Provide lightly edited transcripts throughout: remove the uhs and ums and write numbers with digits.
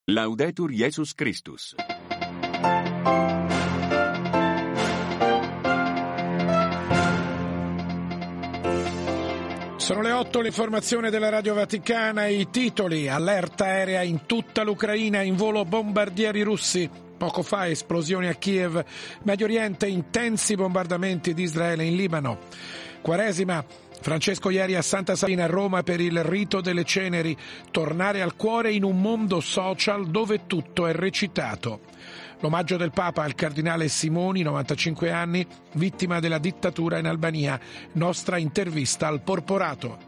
Laudetur Jesus Christus. Sono le 8, l'informazione della Radio Vaticana, i titoli: allerta aerea in tutta l'Ucraina, in volo bombardieri russi. Poco fa esplosioni a Kiev, Medio Oriente, intensi bombardamenti di Israele in Libano. Quaresima, Francesco ieri a Santa Sabina a Roma per il rito delle ceneri, tornare al cuore in un mondo social dove tutto è recitato. L'omaggio del Papa al cardinale Simoni, 95 anni, vittima della dittatura in Albania. Nostra intervista al Porporato.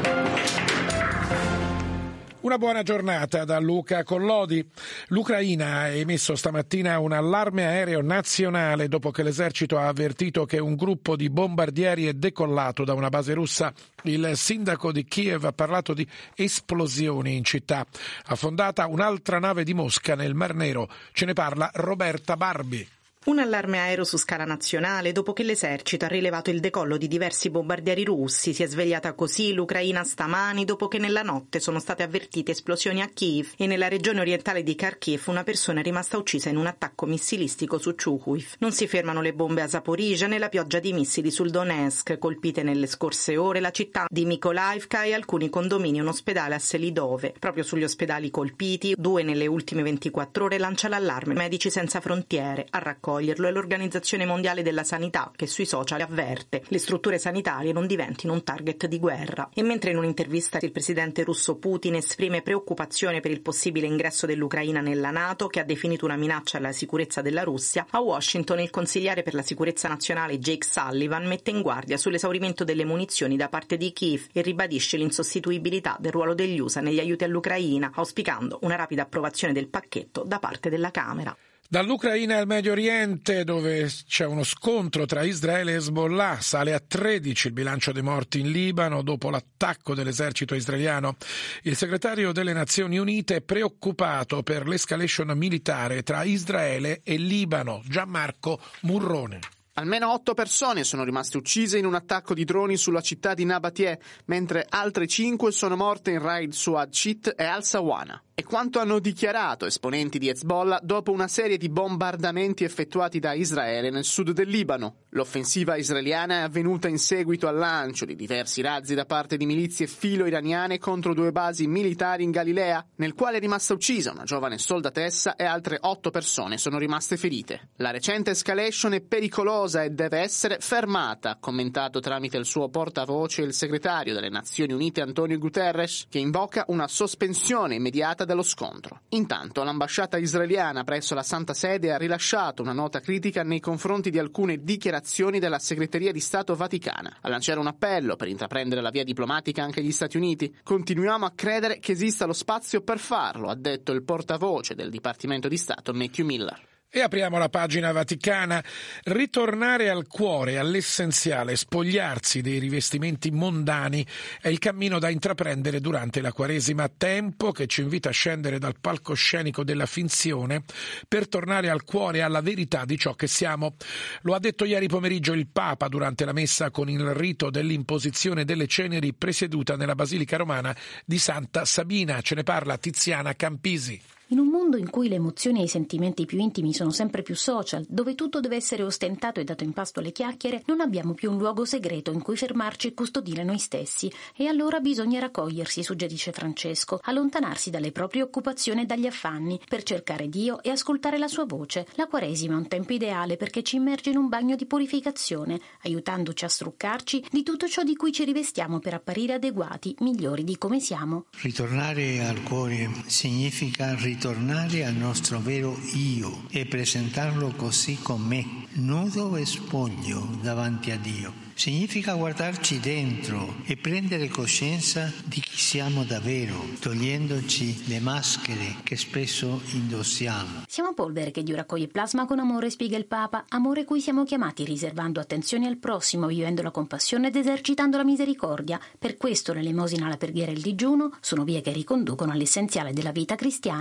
Una buona giornata da Luca Collodi. L'Ucraina ha emesso stamattina un allarme aereo nazionale dopo che l'esercito ha avvertito che un gruppo di bombardieri è decollato da una base russa. Il sindaco di Kiev ha parlato di esplosioni in città. Affondata un'altra nave di Mosca nel Mar Nero. Ce ne parla Roberta Barbi. Un allarme aereo su scala nazionale dopo che l'esercito ha rilevato il decollo di diversi bombardieri russi. Si è svegliata così l'Ucraina stamani dopo che nella notte sono state avvertite esplosioni a Kiev e nella regione orientale di Kharkiv una persona è rimasta uccisa in un attacco missilistico su Chuhuiv. Non si fermano le bombe a Zaporizhzhia né la pioggia di missili sul Donetsk, colpite nelle scorse ore la città di Mykolaiivka e alcuni condomini e un ospedale a Selidove. Proprio sugli ospedali colpiti, 2 nelle ultime 24 ore, lancia l'allarme Medici Senza Frontiere. A raccoglierlo è l'Organizzazione Mondiale della Sanità, che sui social avverte: le strutture sanitarie non diventino un target di guerra. E mentre in un'intervista il presidente russo Putin esprime preoccupazione per il possibile ingresso dell'Ucraina nella NATO, che ha definito una minaccia alla sicurezza della Russia, a Washington il consigliere per la sicurezza nazionale Jake Sullivan mette in guardia sull'esaurimento delle munizioni da parte di Kiev e ribadisce l'insostituibilità del ruolo degli USA negli aiuti all'Ucraina, auspicando una rapida approvazione del pacchetto da parte della Camera. Dall'Ucraina al Medio Oriente, dove c'è uno scontro tra Israele e Hezbollah, sale a 13 il bilancio dei morti in Libano dopo l'attacco dell'esercito israeliano. Il segretario delle Nazioni Unite è preoccupato per l'escalation militare tra Israele e Libano. Gianmarco Murrone. Almeno 8 persone sono rimaste uccise in un attacco di droni sulla città di Nabatie, mentre altre 5 sono morte in raid su Ad-Shit e Al-Sawana. È quanto hanno dichiarato esponenti di Hezbollah dopo una serie di bombardamenti effettuati da Israele nel sud del Libano. L'offensiva israeliana è avvenuta in seguito al lancio di diversi razzi da parte di milizie filo-iraniane contro 2 basi militari in Galilea, nel quale è rimasta uccisa una giovane soldatessa e altre 8 persone sono rimaste ferite. La recente escalation è pericolosa e deve essere fermata, ha commentato tramite il suo portavoce il segretario delle Nazioni Unite Antonio Guterres, che invoca una sospensione immediata dello scontro. Intanto l'ambasciata israeliana presso la Santa Sede ha rilasciato una nota critica nei confronti di alcune dichiarazioni della Segreteria di Stato Vaticana, a lanciare un appello per intraprendere la via diplomatica anche gli Stati Uniti. Continuiamo a credere che esista lo spazio per farlo, ha detto il portavoce del Dipartimento di Stato Matthew Miller. E apriamo la pagina vaticana. Ritornare al cuore, all'essenziale, spogliarsi dei rivestimenti mondani è il cammino da intraprendere durante la Quaresima, tempo che ci invita a scendere dal palcoscenico della finzione per tornare al cuore e alla verità di ciò che siamo. Lo ha detto ieri pomeriggio il Papa durante la messa con il rito dell'imposizione delle ceneri presieduta nella Basilica Romana di Santa Sabina. Ce ne parla Tiziana Campisi. In un mondo in cui le emozioni e i sentimenti più intimi sono sempre più social, dove tutto deve essere ostentato e dato in pasto alle chiacchiere, non abbiamo più un luogo segreto in cui fermarci e custodire noi stessi. E allora bisogna raccogliersi, suggerisce Francesco, allontanarsi dalle proprie occupazioni e dagli affanni, per cercare Dio e ascoltare la sua voce. La Quaresima è un tempo ideale perché ci immerge in un bagno di purificazione, aiutandoci a struccarci di tutto ciò di cui ci rivestiamo per apparire adeguati, migliori di come siamo. Ritornare al cuore significa ritornare al nostro vero io e presentarlo così com'è, nudo e spoglio davanti a Dio. Significa guardarci dentro e prendere coscienza di chi siamo davvero, togliendoci le maschere che spesso indossiamo. Siamo polvere che Dio raccoglie plasma con amore, spiega il Papa, amore cui siamo chiamati riservando attenzione al prossimo, vivendo la compassione ed esercitando la misericordia. Per questo l'elemosina, la preghiera e il digiuno sono vie che riconducono all'essenziale della vita cristiana.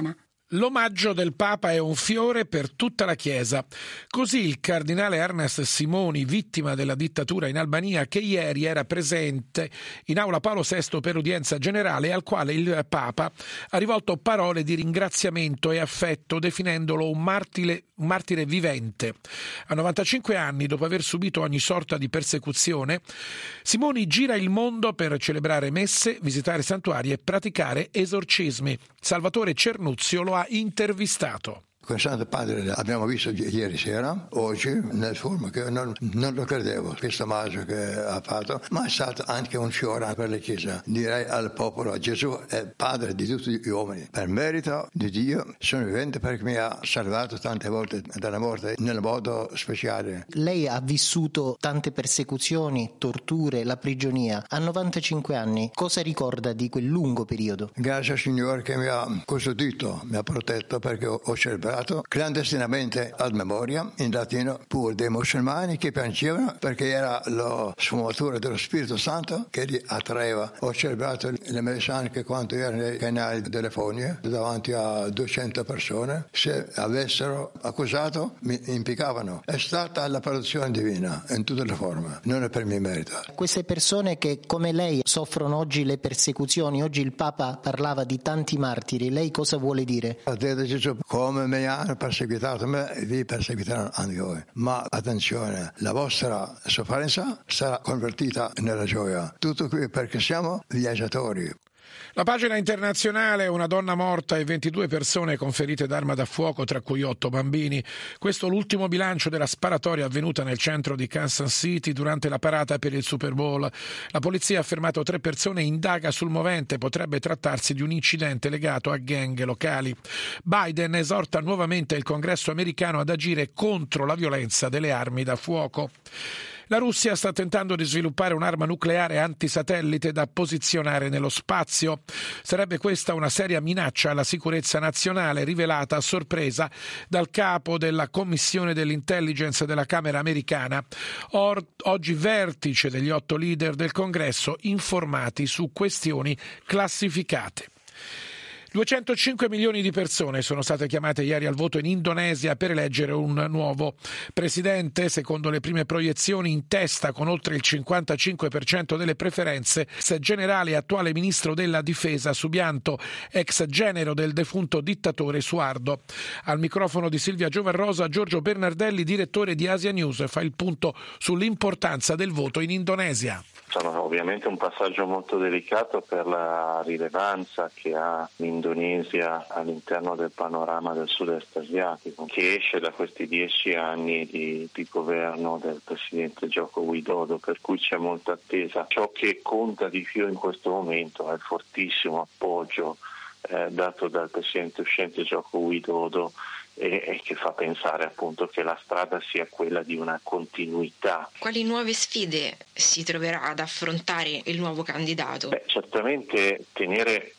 L'omaggio del Papa è un fiore per tutta la Chiesa. Così il cardinale Ernest Simoni, vittima della dittatura in Albania, che ieri era presente in aula Paolo VI per udienza generale, al quale il Papa ha rivolto parole di ringraziamento e affetto, definendolo un martire vivente. A 95 anni, dopo aver subito ogni sorta di persecuzione, Simoni gira il mondo per celebrare messe, visitare santuari e praticare esorcismi. Salvatore Cernuzio lo ha intervistato. Con Santo Padre abbiamo visto ieri sera, oggi, nel forma che non lo credevo, questo omaggio che ha fatto, ma è stato anche un fiore per la Chiesa. Direi al popolo, Gesù è Padre di tutti gli uomini. Per merito di Dio sono vivente perché mi ha salvato tante volte dalla morte nel modo speciale. Lei ha vissuto tante persecuzioni, torture, la prigionia. A 95 anni, cosa ricorda di quel lungo periodo? Grazie al Signore che mi ha custodito, mi ha protetto perché ho celebrato clandestinamente a memoria in latino pur dei musulmani che piangevano perché era la sfumatura dello Spirito Santo che li attraeva. Ho celebrato le messe anche quando ero nei canali telefonici davanti a 200 persone. Se avessero accusato mi impiccavano. È stata la protezione divina in tutte le forme, non è per mio merito. Queste persone che come lei soffrono oggi le persecuzioni, oggi il Papa parlava di tanti martiri, lei cosa vuole dire? Ha detto Gesù, come mi hanno perseguitato me, vi perseguiteranno anche voi. Ma attenzione, la vostra sofferenza sarà convertita nella gioia. Tutto qui perché siamo viaggiatori. La pagina internazionale: una donna morta e 22 persone con ferite d'arma da fuoco, tra cui 8 bambini. Questo l'ultimo bilancio della sparatoria avvenuta nel centro di Kansas City durante la parata per il Super Bowl. La polizia ha fermato 3 persone e indaga sul movente. Potrebbe trattarsi di un incidente legato a gang locali. Biden esorta nuovamente il Congresso americano ad agire contro la violenza delle armi da fuoco. La Russia sta tentando di sviluppare un'arma nucleare antisatellite da posizionare nello spazio. Sarebbe questa una seria minaccia alla sicurezza nazionale, rivelata a sorpresa dal capo della Commissione dell'Intelligence della Camera americana. Oggi vertice degli 8 leader del Congresso informati su questioni classificate. 205 milioni di persone sono state chiamate ieri al voto in Indonesia per eleggere un nuovo presidente. Secondo le prime proiezioni, in testa con oltre il 55% delle preferenze, generale e attuale ministro della difesa Subianto, ex genero del defunto dittatore Suardo. Al microfono di Silvia Giovarrosa, Giorgio Bernardelli, direttore di Asia News, fa il punto sull'importanza del voto in Indonesia. Sono ovviamente un passaggio molto delicato per la rilevanza che ha l'Indonesia all'interno del panorama del sud-est asiatico, che esce da questi 10 anni di governo del presidente Joko Widodo, per cui c'è molta attesa. Ciò che conta di più in questo momento è il fortissimo appoggio dato dal presidente uscente Joko Widodo e che fa pensare appunto che la strada sia quella di una continuità. Quali nuove sfide si troverà ad affrontare il nuovo candidato? Certamente tenere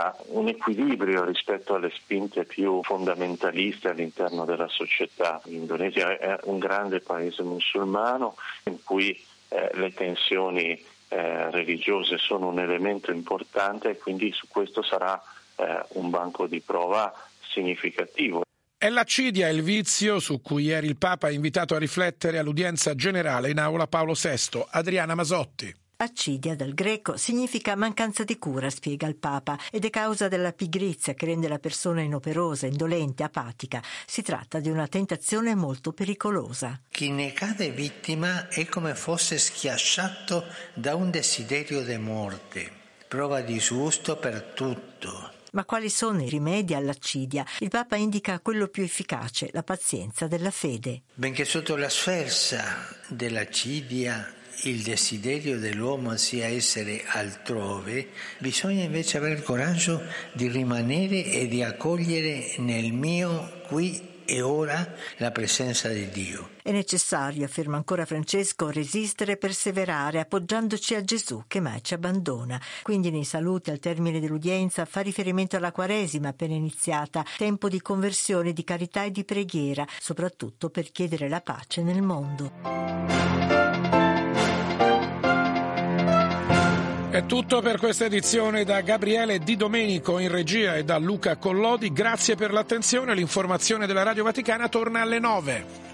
un equilibrio rispetto alle spinte più fondamentaliste all'interno della società. L'Indonesia è un grande paese musulmano in cui le tensioni religiose sono un elemento importante e quindi su questo sarà un banco di prova significativo. È l'accidia il vizio su cui ieri il Papa ha invitato a riflettere all'udienza generale in aula Paolo VI. Adriana Masotti. Accidia, dal greco, significa mancanza di cura, spiega il Papa, ed è causa della pigrizia che rende la persona inoperosa, indolente, apatica. Si tratta di una tentazione molto pericolosa. Chi ne cade vittima è come fosse schiacciato da un desiderio di morte, prova disgusto per tutto. Ma quali sono i rimedi all'accidia? Il Papa indica quello più efficace, la pazienza della fede. Benché sotto la sferza dell'accidia il desiderio dell'uomo sia essere altrove, bisogna invece avere il coraggio di rimanere e di accogliere nel mio qui e ora la presenza di Dio. È necessario, afferma ancora Francesco, resistere e perseverare appoggiandoci a Gesù che mai ci abbandona. Quindi nei saluti al termine dell'udienza fa riferimento alla Quaresima appena iniziata, tempo di conversione, di carità e di preghiera, soprattutto per chiedere la pace nel mondo. È tutto per questa edizione da Gabriele Di Domenico in regia e da Luca Collodi. Grazie per l'attenzione. L'informazione della Radio Vaticana torna alle 9.